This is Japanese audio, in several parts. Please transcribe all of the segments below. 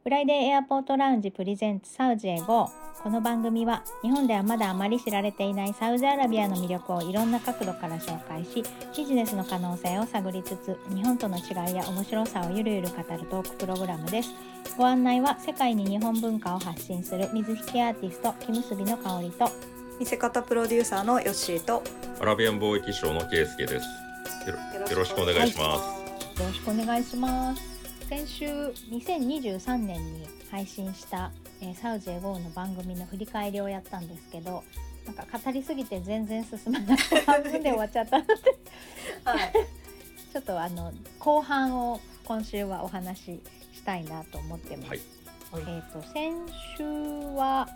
フライデーエアポートラウンジプレゼンツサウジへ GO。 この番組は日本ではまだあまり知られていないサウジアラビアの魅力をいろんな角度から紹介し、ビジネスの可能性を探りつつ、日本との違いや面白さをゆるゆる語るトークプログラムです。ご案内は世界に日本文化を発信する水引アーティスト木結びの香りと、 見せ方プロデューサーのヨッシーと、 アラビアン貿易商のケイスケです。よろしくお願いします。 よろしくお願いします。先週2023年に配信した、サウジへ GO の番組の振り返りをやったんですけど、なんか語りすぎて全然進まない半分で終わっちゃったので、はい、ちょっと後半を今週はお話ししたいなと思ってます。はい、先週は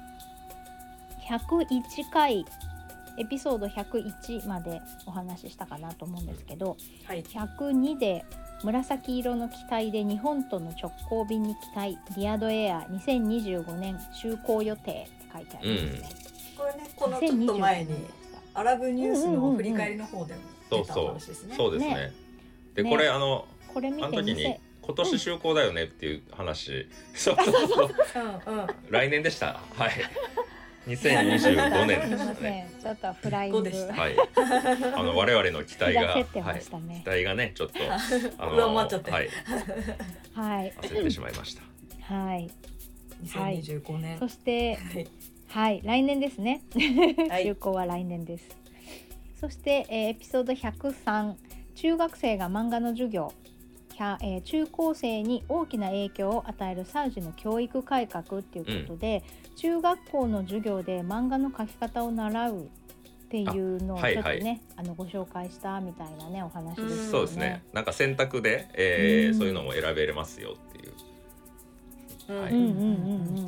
101回エピソード101までお話ししたかなと思うんですけど、はい、102で紫色の機体で日本との直行便に期待、リアドエア2025年就航予定って書いてありますね。 これね、このちょっと前にアラブニュースの振り返りの方でも出た話ですね。 そうですね。で、これこれ見てあの時に今年就航だよねっていう話、そう来年でした。はい。2025年でしたね。 ちょっとフライング。 はい。我々の期待が、期待がねちょっと上回っちゃって、 はい。焦ってしまいました。 はい。 2025年。 そしてはい来年ですね。就航は来年です。そしてエピソード103、中学生が漫画の授業。中高生に大きな影響を与えるサウジの教育改革っていうことで、中学校の授業で漫画の描き方を習うっていうのをちょっとね、ご紹介したみたいなねお話ですよね。 そうですね。なんか選択で、そういうのも選べれますよっていう。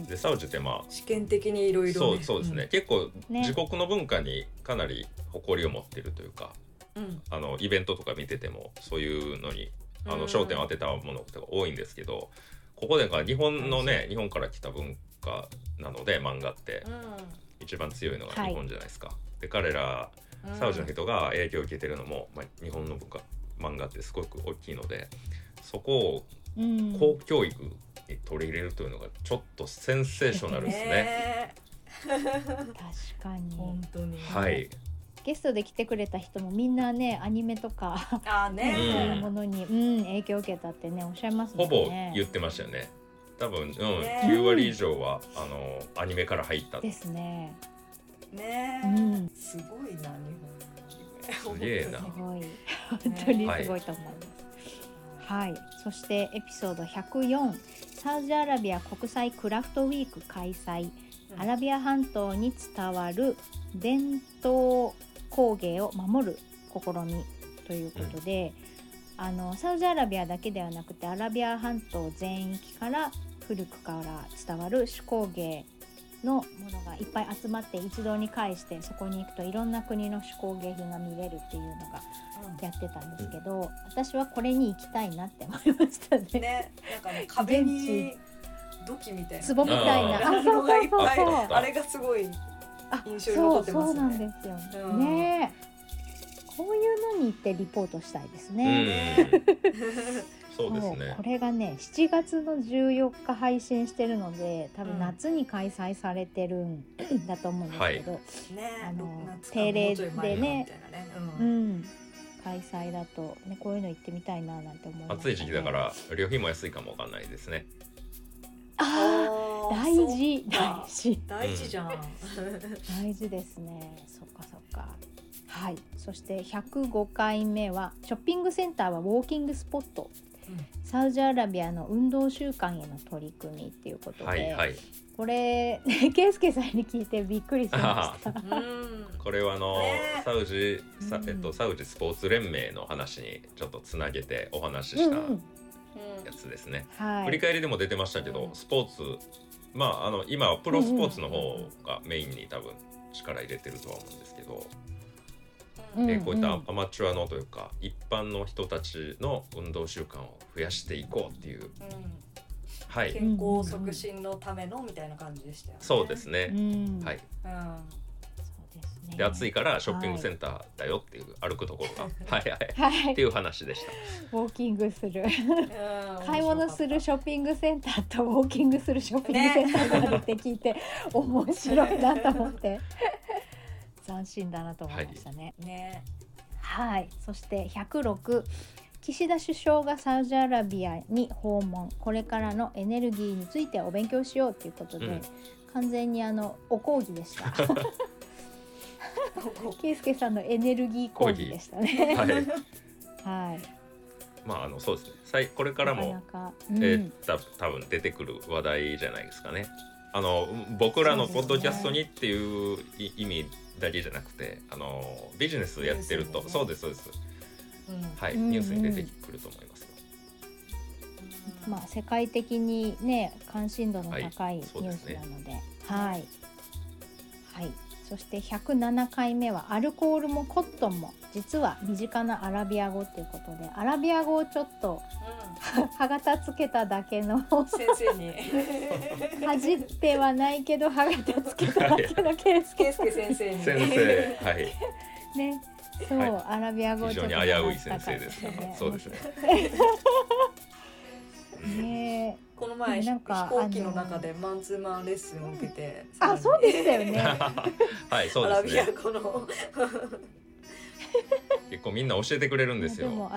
でサウジって試験的にいろいろそうですね、結構自国の文化にかなり誇りを持ってるというか、イベントとか見ててもそういうのに焦点を当てたものが多いんですけど、ここで日本のね、日本から来た文化なので漫画って、一番強いのが日本じゃないですか。で彼らサウジの人が影響を受けてるのも、日本の文化漫画ってすごく大きいので、そこを公教育に取り入れるというのがちょっとセンセーショナルですね。 確かに本当に、 はい。 ゲストで来てくれた人もみんなねアニメとかそういうものに、影響を受けたってねおっしゃいますもんね。 ほぼ言ってましたよね。多分、9割以上はアニメから入ったですね。 すごいな日本。すげえな。 すごい本当にすごいと思います。はい。そしてエピソード104、サウジアラビア国際クラフトウィーク開催、アラビア半島に伝わる伝統工芸を守る試みということで、サウジアラビアだけではなくてアラビア半島全域から古くから伝わる手工芸のものがいっぱい集まって一堂に会して、そこに行くといろんな国の手工芸品が見れるっていうのがやってたんですけど、私はこれに行きたいなって思いましたね。 なんかね、壁に土器みたいな壺みたいなのがいっぱい、あれがすごい印象に残ってますね。 そうなんですよね。こういうのに行ってリポートしたいですね。 そうですね。 これがね7月の14日配信してるので、多分夏に開催されてるんだと思うんですけど、定例でね、開催だとね、こういうの行ってみたいななんて思いますね。 暑い時期だから旅費も安いかもわかんないですね。 大事じゃん大事ですね。そっか。はい。そして105回目はショッピングセンターはウォーキングスポット、サウジアラビアの運動習慣への取り組みっていうことで、これケイスケさんに聞いてびっくりしました。 これはサウジスポーツ連盟の話にちょっとつなげてお話ししたやつですね。振り返りでも出てましたけど、スポーツ、今はプロスポーツの方がメインに多分力入れてるとは思うんですけど、こういったアマチュアのというか一般の人たちの運動習慣を増やしていこうっていう、 健康促進のためのみたいな感じでしたよね。 そうですね。はい。 そうですで暑いからショッピングセンターだよっていう歩くところがっていう話でした。 ウォーキングする買い物するショッピングセンターとウォーキングするショッピングセンターがあるって聞いて、面白いなと思って斬新だなと思いましたね。はい、そして106、岸田首相がサウジアラビアに訪問、これからのエネルギーについてお勉強しようということで、完全にお講義でしたケイスケさんのエネルギー講義でしたね。はい、 まあそうですね、これからも多分出てくる話題じゃないですかね。僕らのポッドキャストにっていう意味だけじゃなくて、ビジネスやってると、そうです、はい、ニュースに出てくると思いますよ。 まあ世界的にね関心度の高いニュースなので、はい、そして107回目はアルコールもコットンも実は身近なアラビア語ということで、アラビア語をちょっと、歯型つけただけの先生に恥ってはないけど歯型つけただけのケイスケ先生にね、そう、アラビア語非常に危うい先生ですね。そうですね。 ね、 この前飛行機の中でマンツーマンレッスンを受けて、 そうでしたよね。 はい、そうですね。 アラビア語の結構みんな教えてくれるんですよ。 でも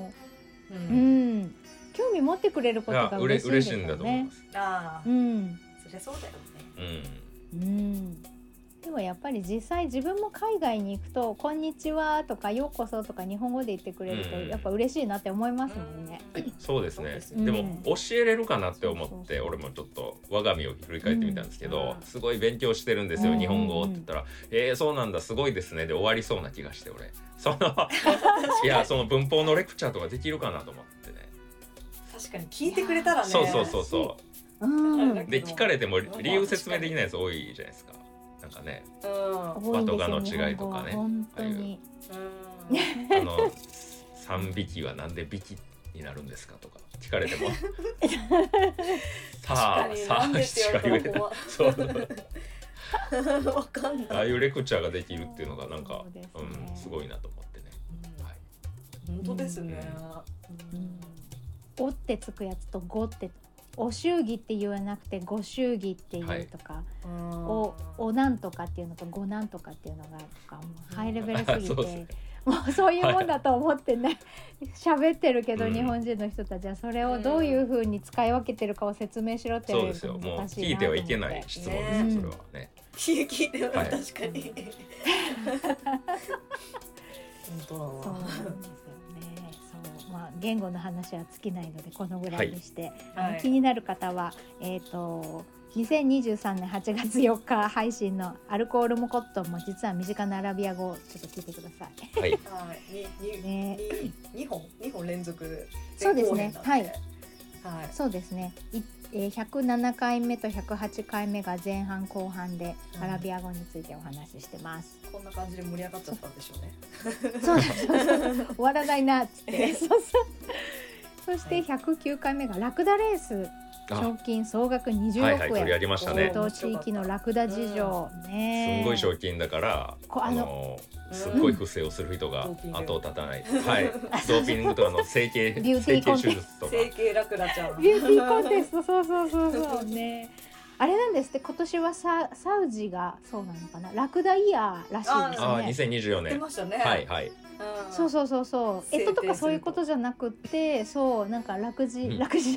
興味持ってくれることが嬉しいですよね。 嬉しいんだと思います。 そりゃそうだよね。でもやっぱり実際自分も海外に行くとこんにちはとかようこそとか日本語で言ってくれるとやっぱ嬉しいなって思いますもんね。 そうですね。でも教えれるかなって思って俺もちょっと我が身を振り返ってみたんですけど、すごい勉強してるんですよ日本語って言ったら、そうなんだすごいですねで終わりそうな気がして、俺いやその文法のレクチャーとかできるかなと思ってね。 確かに聞いてくれたらね。 そうで聞かれても理由説明できないやつ多いじゃないですか。なんかね、和とがの違いとかね、ああいう3匹はなんで匹になるんですかとか聞かれてもさあしか言えない。そうわかんない。 ああいうレクチャーができるっていうのがなんかすごいなと思ってね。 本当ですね。 おってつくやつとごってお祝儀って言わなくてご祝儀っていうとか、おなんとかっていうのとごなんとかっていうのがとか、もうハイレベルすぎてもうそういうもんだと思ってね喋ってるけど、日本人の人たちはそれをどういう風に使い分けてるかを説明しろって言われると難しいなと思って。 そうですよ、もう聞いてはいけない質問ですよ、それはね。 聞いては確かに、本当だわ。 そうなんですよね。言語の話は尽きないのでこのぐらいにして、気になる方は2023年8月4日配信のアルコールもコットンも実は身近なアラビア語をちょっと聞いてください。 はい。 2本連続。 そうですね。はい。そうですね。107回目と108回目が前半後半でアラビア語についてお話ししてます。 こんな感じで盛り上がっちゃったんでしょうね。 そう終わらないなっつって。そして109回目がラクダレース。賞金総額20億円。 取り上げましたね。 中東地域のラクダ事情ね。 すごい賞金だからすごい不正をする人が後を絶たない。はい。ドーピングと整形手術とか。 整形ラクダちゃん。 ビューティーコンテストそうね。あれなんですって今年はサウジがそうなのかなラクダイヤーらしいですね。 2024年。 出ましたね。 はいはい。 そうとかそういうことじゃなくて、そうなんかラクダをサ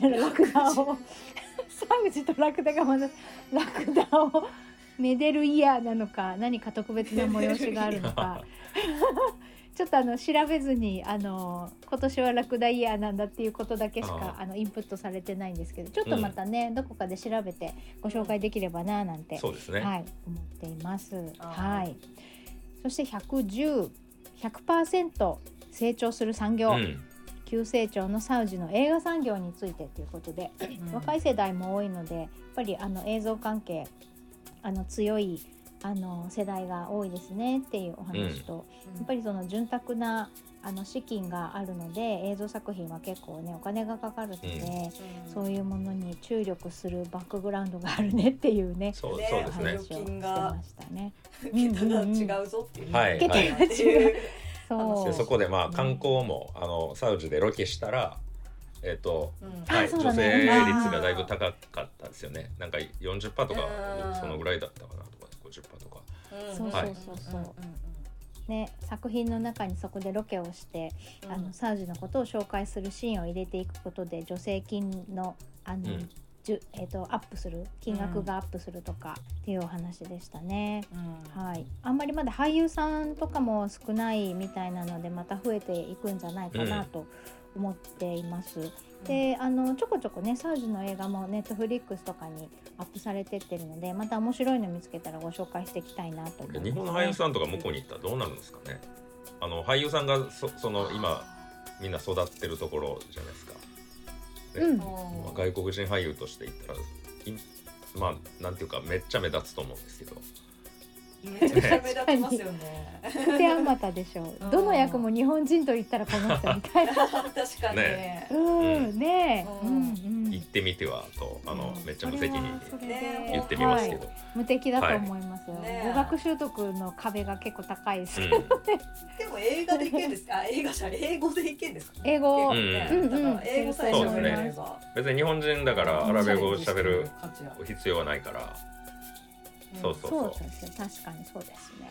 ウジとラクダがまだラクダをめでるイヤーなのか何か特別な催しがあるのかちょっと調べずに今年はラクダイヤーなんだっていうことだけしかインプットされてないんですけど、ちょっとまたね、どこかで調べてご紹介できればななんて、 そうですね、 はい、思っています。はい。そして110%成長する産業、急成長のサウジの映画産業についてということで、若い世代も多いのでやっぱり映像関係強い世代が多いですねっていうお話と、やっぱりその潤沢な資金があるので映像作品は結構ねお金がかかるので、そういうものに注力するバックグラウンドがあるねっていうねそうですね補助金がしてましたね。 桁が違うぞっていう、 はい桁が違うでそこでまあ観光もサウジでロケしたらはい、女性率がだいぶ高かったですよね。なんか 40% とかそのぐらいだったかなとか 50% とか。 そうそうそうそう。ね、作品の中にそこでロケをして、サウジのことを紹介するシーンを入れていくことで助成金のアップする金額がアップするとかっていうお話でしたね。はい。あんまりまだ俳優さんとかも少ないみたいなのでまた増えていくんじゃないかなと思っています。でちょこちょこねサウジの映画もネットフリックスとかにアップされてってるのでまた面白いの見つけたらご紹介していきたいなと思います、ね、 日本の俳優さんとか向こうに行ったらどうなるんですかね。俳優さんがその今みんな育ってるところじゃないですか、ね外国人俳優として行ったらまあなんていうかめっちゃ目立つと思うんですけどめっちゃ目立ちますよね。 手あまたでしょ。どの役も日本人と言ったらこの人みたいな。 確かにね。 行ってみてはとめっちゃ無責任に言ってみますけど、 無敵だと思いますよ。語学習得の壁が結構高いですけどね。 でも映画でいけんですか？英語でいけんですか？ 英語、 英語さえ喋れれば。 別に日本人だからアラビア語を喋る必要はないから。そうですよ。 確かにそうですね。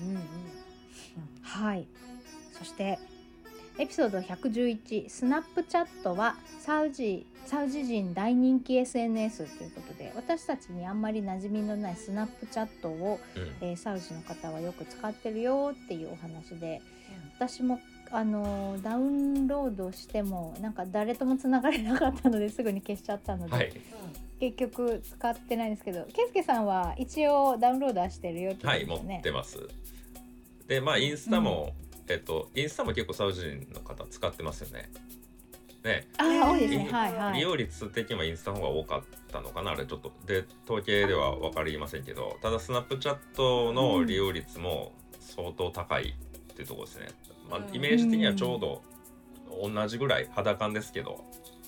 はい。そしてエピソード111スナップチャットはサウジ人大人気 SNS ということで私たちにあんまり馴染みのないスナップチャットを、サウジの方はよく使ってるよっていうお話で、私もダウンロードしてもなんか誰ともつながれなかったのですぐに消しちゃったので、結局使ってないんですけど、ケイスケさんは一応ダウンロードはしてるよってことですよね。 はい、持ってます。でまあインスタも、インスタも結構サウジ人の方使ってますよね。 多いですね。 利用率的にはインスタの方が多かったのかな、あれちょっとで統計では分かりませんけど、ただスナップチャットの利用率も相当高いっていうところですね。まあ、イメージ的にはちょうど同じぐらい肌感ですけど、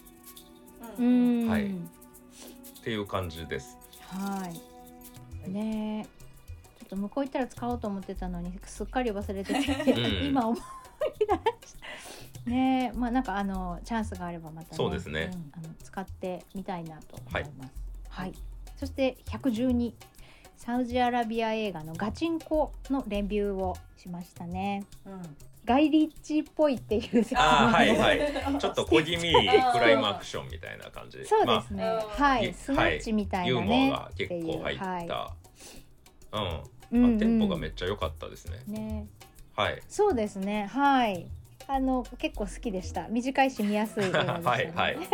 はいっていう感じです。 はいね。ちょっと向こう行ったら使おうと思ってたのにすっかり忘れてて、今思い出したね。まあなんかチャンスがあればまたね、 そうですね、 使ってみたいなと思います。はい。そして112サウジアラビア映画のガチンコのレビューをしましたね。ガイ・リッチっぽいっていう説明ちょっと小気味クライムアクションみたいな感じ。 そうですね、はい、スナッチみたいなね、 ユーモアが結構入った、テンポがめっちゃ良かったですね。はい、 そうですね、はい、結構好きでした。短いし見やすい映画でしたね。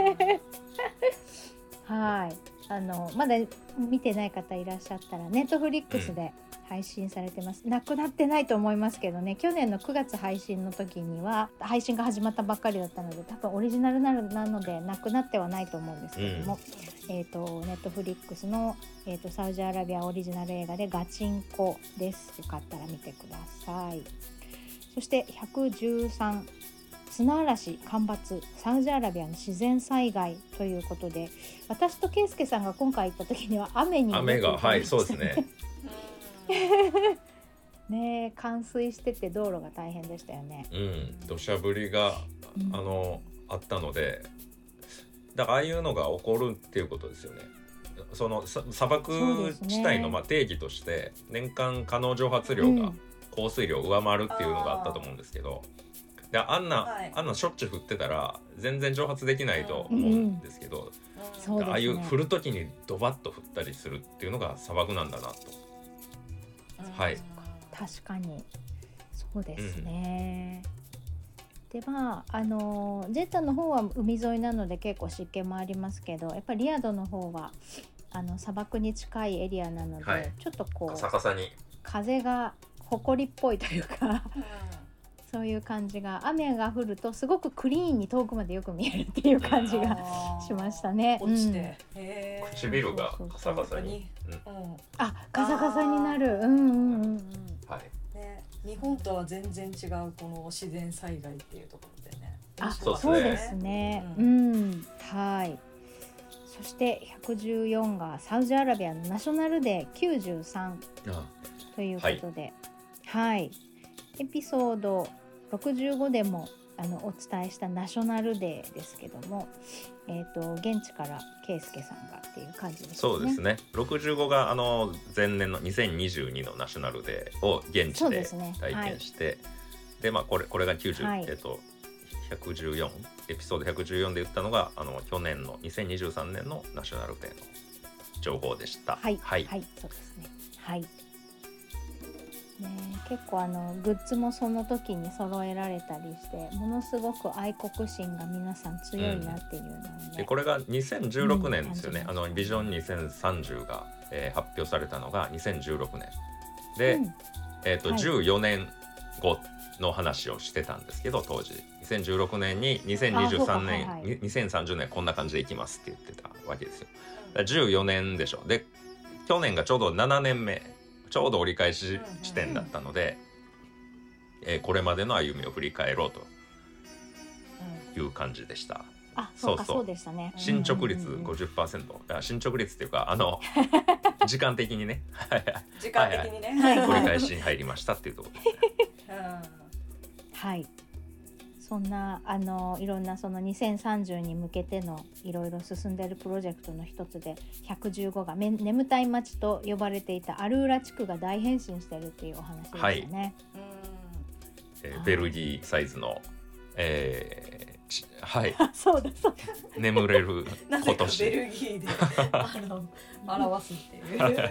はい、まだ見てない方いらっしゃったらネットフリックスで配信されてます。なくなってないと思いますけどね、去年の9月配信の時には配信が始まったばっかりだったので多分オリジナルなのでなくなってはないと思うんですけども、ネットフリックスの、サウジアラビアオリジナル映画でガチンコです。よかったら見てください。そして113砂嵐干ばつサウジアラビアの自然災害ということで、私とケイスケさんが今回行った時には雨がそうですねね、冠水してて道路が大変でしたよね。 土砂降りが、あったので、だからああいうのが起こるっていうことですよね。その砂漠地帯の定義として年間可能蒸発量が降水量を上回るっていうのがあったと思うんですけど、であんなしょっちゅう降ってたら全然蒸発できないと思うんですけど、ああいう降る時にドバッと降ったりするっていうのが砂漠なんだなと。はい、 確かにそうですね。でジェッタの方は海沿いなので結構湿気もありますけど、やっぱりリヤドの方は砂漠に近いエリアなので、ちょっとこうカサカサに風が埃っぽいというかそういう感じが、雨が降るとすごくクリーンに遠くまでよく見えるっていう感じがしましたね。 落ちて、 唇がカサカサに、 カサカサになる。 日本とは全然違うこの自然災害っていうところでね。 そうですね。はい。そして114がサウジアラビアのナショナルデー93ということで、はい。エピソード65でもお伝えしたナショナルデーですけども、現地から圭介さんがっていう感じですね。 そうですね。65が前年の2022のナショナルデーを現地で体験して、でこれが90、114エピソード114で言ったのが去年の2023年のナショナルデーの情報でした。 はい、そうですね。はい。ね、結構グッズもその時に揃えられたりしてものすごく愛国心が皆さん強いなっていうのをね、 でこれが2016年ですよね、ビジョン2030が、発表されたのが2016年で、14年後の話をしてたんですけど、当時2016年に2023年、2030年こんな感じでいきますって言ってたわけですよ。14年でしょ。で去年がちょうど7年目、ちょうど折り返し地点だったので、これまでの歩みを振り返ろうという感じでした。 そうでしたね。 進捗率 50%、進捗率っていうか時間的にね時間的にね、 折り返しに入りましたっていうところですね。 はい。そんないろんなその2030に向けてのいろいろ進んでいるプロジェクトの一つで115が眠たい町と呼ばれていたアルーラ地区が大変身しているっていうお話でしたね。 ベルギーサイズの、 そうだ眠れる今年ベルギーで表すっていう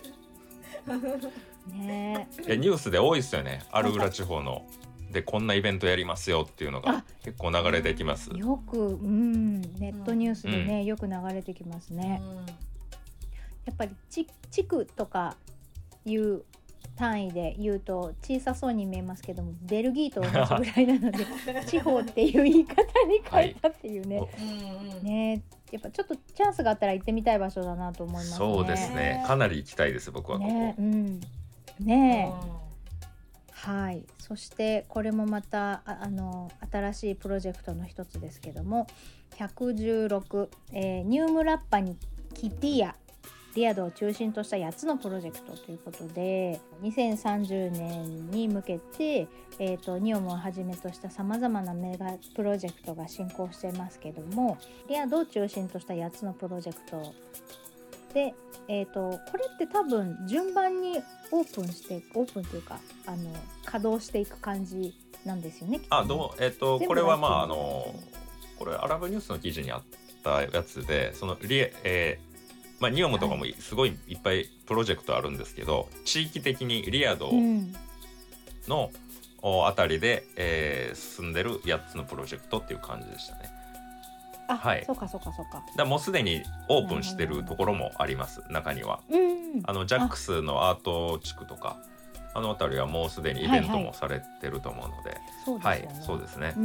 ね。 ニュースで多いですよね、アルーラ地方のでこんなイベントやりますよっていうのが結構流れてきます。 よく、ネットニュースでね、よく流れてきますね。やっぱり地区とかいう単位で言うと小さそうに見えますけども、ベルギーと同じぐらいなので地方っていう言い方に変えたっていうね、ね、やっぱちょっとチャンスがあったら行ってみたい場所だなと思いますね。 そうですね、かなり行きたいです僕はここね。はい、そしてこれもまた新しいプロジェクトの一つですけども116、ニュームラッパにキティアリアドを中心とした8つのプロジェクトということで2030年に向けて、ニオムをはじめとしたさまざまなメガプロジェクトが進行していますけども、リアドを中心とした8つのプロジェクトで、これって多分順番にオープンというか稼働していく感じなんですよね。 これはこれアラブニュースの記事にあったやつで、そのニオムとかもすごいいっぱいプロジェクトあるんですけど、地域的にリヤドのあたりで、進んでる8つのプロジェクトっていう感じでしたね。 そうか。 だもうすでにオープンしてるところもあります。中にはジャックスのアート地区とかあたりはもうすでにイベントもされてると思うので、そうですね。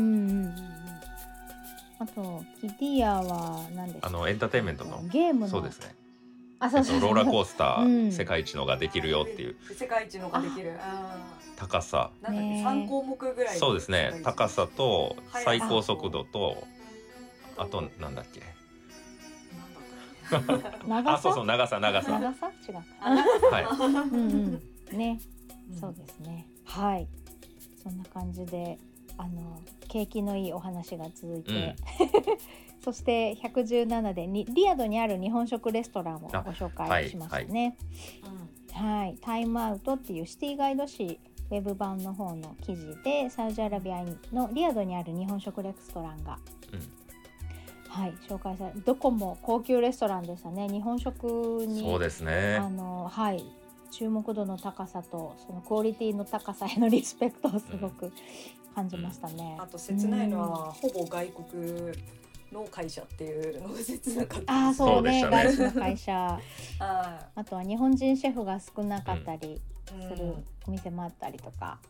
あとキティアは何でしたっけ？ エンターテインメントのゲームのそうですね。ローラーコースター、世界一のができるよっていう世界一のができる高さ 3項目ぐらい。 そうですね、高さと最高速度とあとなんだっけ長さそう長さ違うね、そうですね。はい、そんな感じで景気のいいお話が続いて、そして117でリヤドにある日本食レストランをご紹介しますね。タイムアウトっていうシティガイド誌ウェブ版の方の記事でサウジアラビアのリヤドにある日本食レストランが、紹介されどこも高級レストランでしたね。日本食にそうですね、 注目度の高さとそのクオリティの高さへのリスペクトをすごく感じましたね。 あと切ないのはほぼ外国の会社っていうのが切なかった。 そうね、外資の会社あとは日本人シェフが少なかったりするお店もあったりとか、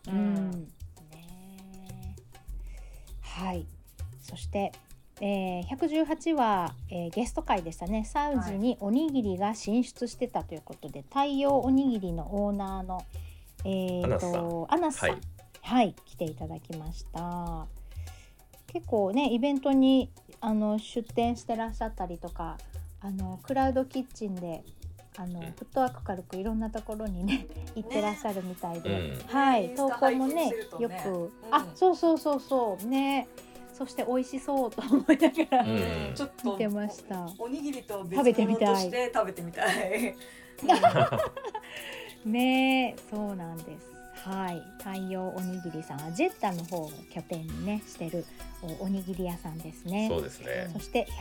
そして118は、ゲスト会でしたね。サウジにおにぎりが進出してたということで、太陽おにぎりのオーナーの、 アナスさん、はい、来ていただきました。結構ねイベントに出展してらっしゃったりとか、クラウドキッチンでフットワーク軽くいろんなところにね行ってらっしゃるみたいで、はい、投稿もねよく、そうね、そして美味しそうと思いながらちょっと見てました。 おにぎりと別物として食べてみたいね、そうなんです。はい、太陽おにぎりさんはジェッタの方を拠点にねしてるおにぎり屋さんですね。 そうですね。 そして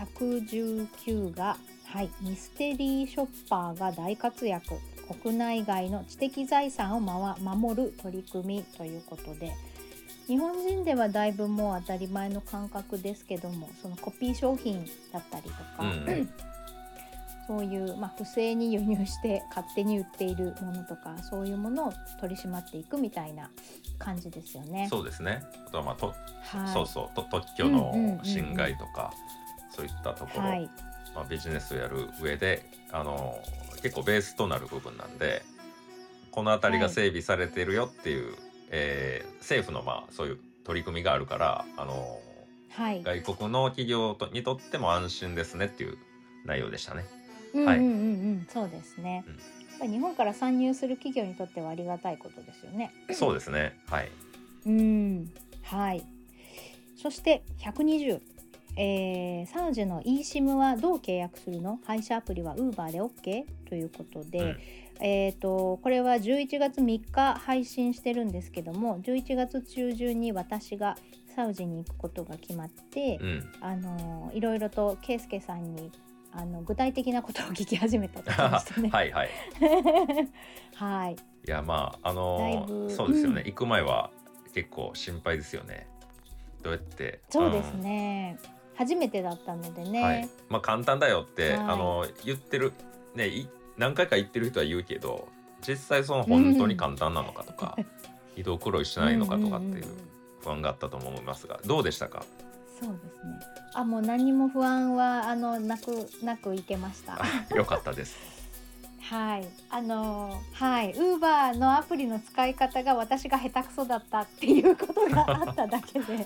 119が、はい、ミステリーショッパーが大活躍、国内外の知的財産を守る取り組みということで、日本人ではだいぶもう当たり前の感覚ですけども、そのコピー商品だったりとか、そういう、不正に輸入して勝手に売っているものとか、そういうものを取り締まっていくみたいな感じですよね。 そうですね。あとは特許の侵害とか、そういったところ、ビジネスをやる上で結構ベースとなる部分なんで、この辺りが整備されているよっていう、政府のそういう取り組みがあるから、外国の企業にとっても安心ですねっていう内容でしたね。 そうですね。やっぱり日本から参入する企業にとってはありがたいことですよね。 そうですね。はい。 はい。そして120、サウジの eSIM はどう契約するの？配車アプリは Uber で OK？ ということで、これは11月3日配信してるんですけども、11月中旬に私がサウジに行くことが決まって、いろいろとケイスケさんに具体的なことを聞き始めたところですね。 はいはい。 はい。 いやそうですよね。行く前は結構心配ですよね。どうやって。 そうですね。初めてだったのでね。 簡単だよって、言ってるね、何回か言ってる人は言うけど、実際その本当に簡単なのかとか、移動苦労しないのかとかっていう不安があったと思いますが、どうでしたか？ そうですね。もう何も不安はなくいけました。 よかったです。 はい、Uber のアプリの使い方が私が下手くそだったっていうことがあっただけで。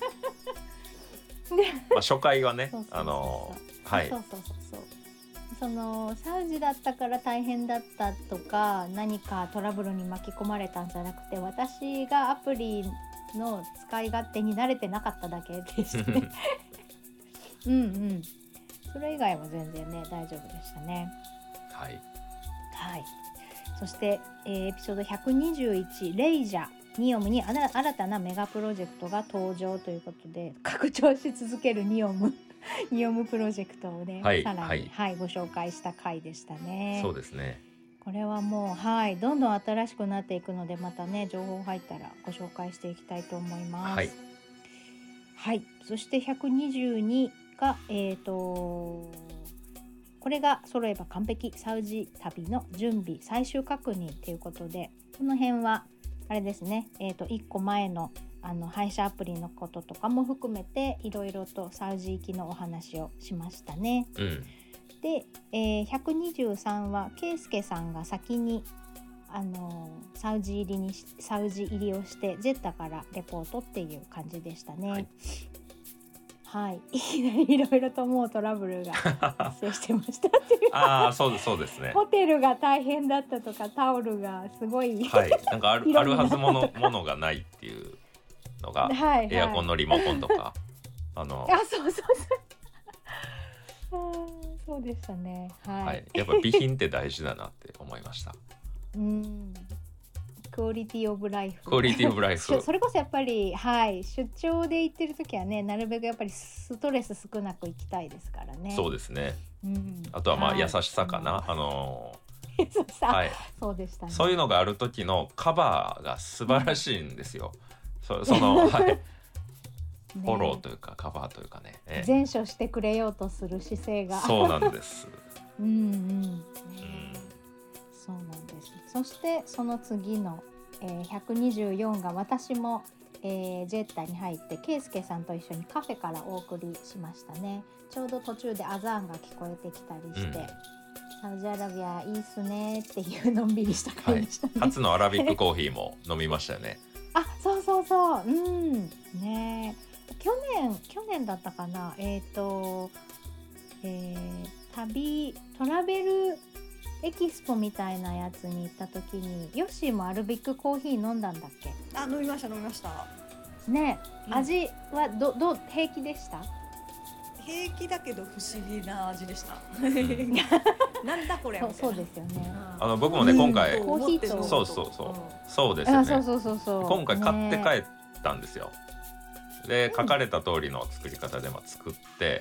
初回はね、 そのサウジだったから大変だったとか、何かトラブルに巻き込まれたんじゃなくて、私がアプリの使い勝手に慣れてなかっただけでしたね。それ以外は全然ね大丈夫でしたね。はい。そして、エピソード121レイジャニオムに新たなメガプロジェクトが登場ということで、拡張し続けるニオムプロジェクトをね、さらに、ご紹介した回でしたね。 そうですね。 これはもうどんどん新しくなっていくので、またね情報入ったらご紹介していきたいと思います。そして122がこれが揃えば完璧サウジ旅の準備最終確認ということで、この辺はあれですね、1個前の配車アプリのこととかも含めていろいろとサウジ行きのお話をしましたね。で、123はケイスケさんが先にサウジ入りをしてジェッタからレポートっていう感じでしたね。いきなりいろいろともうトラブルが発生してましたっていう。 そうですね。 ホテルが大変だったとか、タオルがすごいなんかあるはずものがないっていうのが、エアコンのリモコンとかそうでしたね。 やっぱ備品って大事だなって思いました。 クオリティオブライフ。それこそやっぱり出張で行ってる時はね、なるべくやっぱりストレス少なく行きたいですからね。 そうですね。あとは優しさかな。 そうでしたね。 そういうのがある時のカバーが素晴らしいんですよ。フォローというかカバーというかね。 善処してくれようとする姿勢が。 そうなんです。 そうなんです。そしてその次の、124が私も、ジェッタに入ってケイスケさんと一緒にカフェからお送りしましたね。ちょうど途中でアザーンが聞こえてきたりして、 サウジアラビアいいっすねっていうのんびりした会でしたね、 初のアラビックコーヒーも飲みましたよね。 あ、そうそうそう、ね、去年だったかな、トラベルエキスポみたいなやつに行った時にヨッシーもアラビックコーヒー飲んだんだっけ？ 飲みましたね、味はどう平気でした？ 平気だけど不思議な味でしたなんだこれそうですよね。 僕もね今回コーヒーとそうですよね。 そう今回買って帰ったんですよ。で書かれた通りの作り方で作って、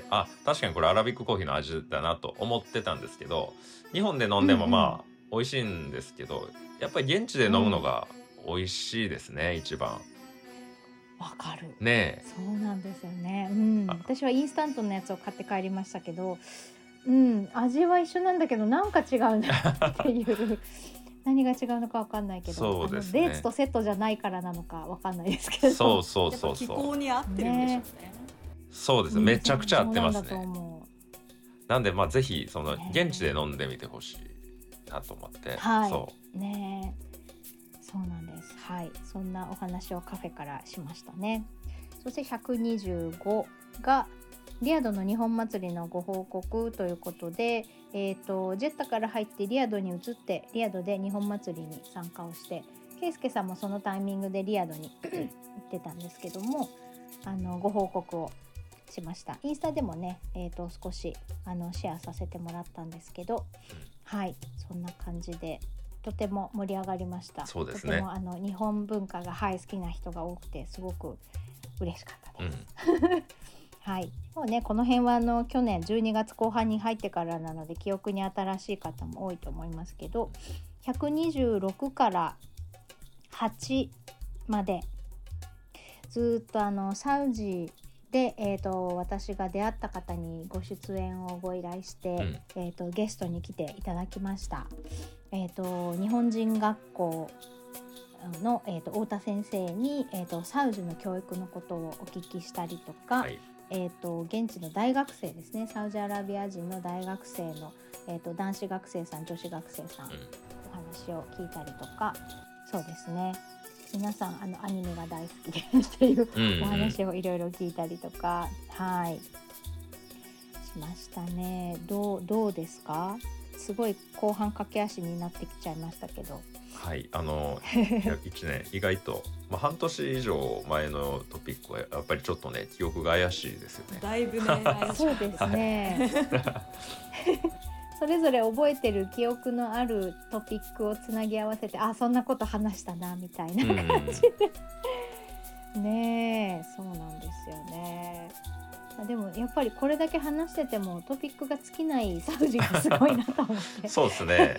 確かにこれアラビックコーヒーの味だなと思ってたんですけど、日本で飲んでも美味しいんですけど、やっぱり現地で飲むのが美味しいですね、一番。 わかるね。 そうなんですよね、私はインスタントのやつを買って帰りましたけど、味は一緒なんだけどなんか違うなっていう何が違うのかわかんないけど、 そうですね、 デーツとセットじゃないからなのかわかんないですけど、 そう気候に合ってるんでしょうね。 そうです、めちゃくちゃ合ってますね。なんでぜひその現地で飲んでみてほしいなと思って、 そうね、そうなんです。はい、そんなお話をカフェからしましたね。そして125がリヤドの日本祭りのご報告ということで、ジェッタから入ってリヤドに移ってリヤドで日本祭りに参加をして、ケイスケさんもそのタイミングでリヤドに行ってたんですけども、ご報告をしました。インスタでもね、少しシェアさせてもらったんですけど、はい、そんな感じでとても盛り上がりました。 そうですね、 とても日本文化が、好きな人が多くてすごく嬉しかったです、はい、もうねこの辺は去年12月後半に入ってからなので記憶に新しい方も多いと思いますけど、126から8までずっとサウジで、私が出会った方にご出演をご依頼して、ゲストに来ていただきました。日本人学校の、太田先生に、サウジの教育のことをお聞きしたりとか、現地の大学生ですね、サウジアラビア人の大学生の、男子学生さん女子学生さん、お話を聞いたりとか、そうですね、皆さんアニメが大好きでっていうお話をいろいろ聞いたりとか、しましたね。どうですか？すごい後半駆け足になってきちゃいましたけど、 1年意外と、半年以上前のトピックはやっぱりちょっとね記憶が怪しいですよね。 だいぶねそうですねそれぞれ覚えてる記憶のあるトピックをつなぎ合わせて、そんなこと話したなみたいな感じで、ねえ、そうなんですよね。でもやっぱりこれだけ話しててもトピックが尽きないサウジがすごいなと思ってそうですね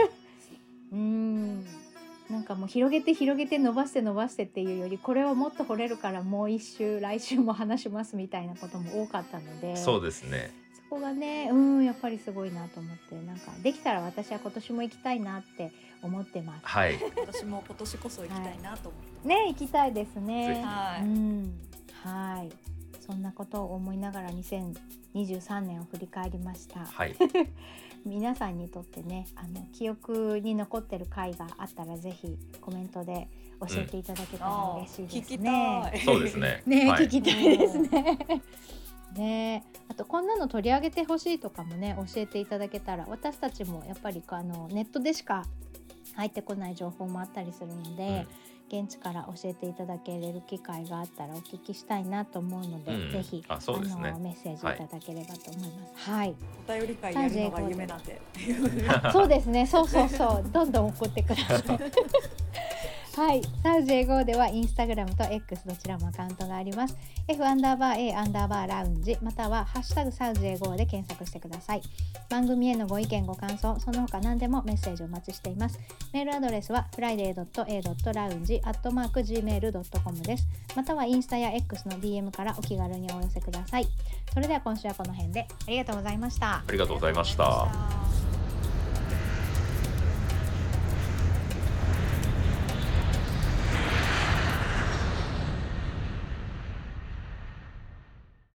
なんかもう広げて伸ばしてっていうより、これをもっと掘れるからもう一週来週も話しますみたいなことも多かったので、 そうですね、 そこがね、やっぱりすごいなと思って、なんかできたら私は今年も行きたいなって思ってます。 私も今年こそ行きたいなと思って、 ね、行きたいですね。 はい、 そんなことを思いながら2023年を振り返りました。皆さんにとってね、記憶に残ってる回があったらぜひコメントで教えていただけたら嬉しいですね。 そうですね。 聞きたいですね。ね、あとこんなの取り上げてほしいとかもね教えていただけたら、私たちもやっぱりネットでしか入ってこない情報もあったりするので、現地から教えていただけれる機会があったらお聞きしたいなと思うので、ぜひメッセージいただければと思います。 お便り会やるのが夢なんでそうですね、そうどんどん送ってくださいはい、サウジ英語ではインスタグラムと X どちらもアカウントがあります。F_A_ ラウンジまたはハッシュタグサウジ英語で検索してください。番組へのご意見ご感想、その他何でもメッセージお待ちしています。メールアドレスは friday.a.lounge@gmail.com です。またはインスタや X の DM からお気軽にお寄せください。それでは今週はこの辺で、ありがとうございました。 ありがとうございました。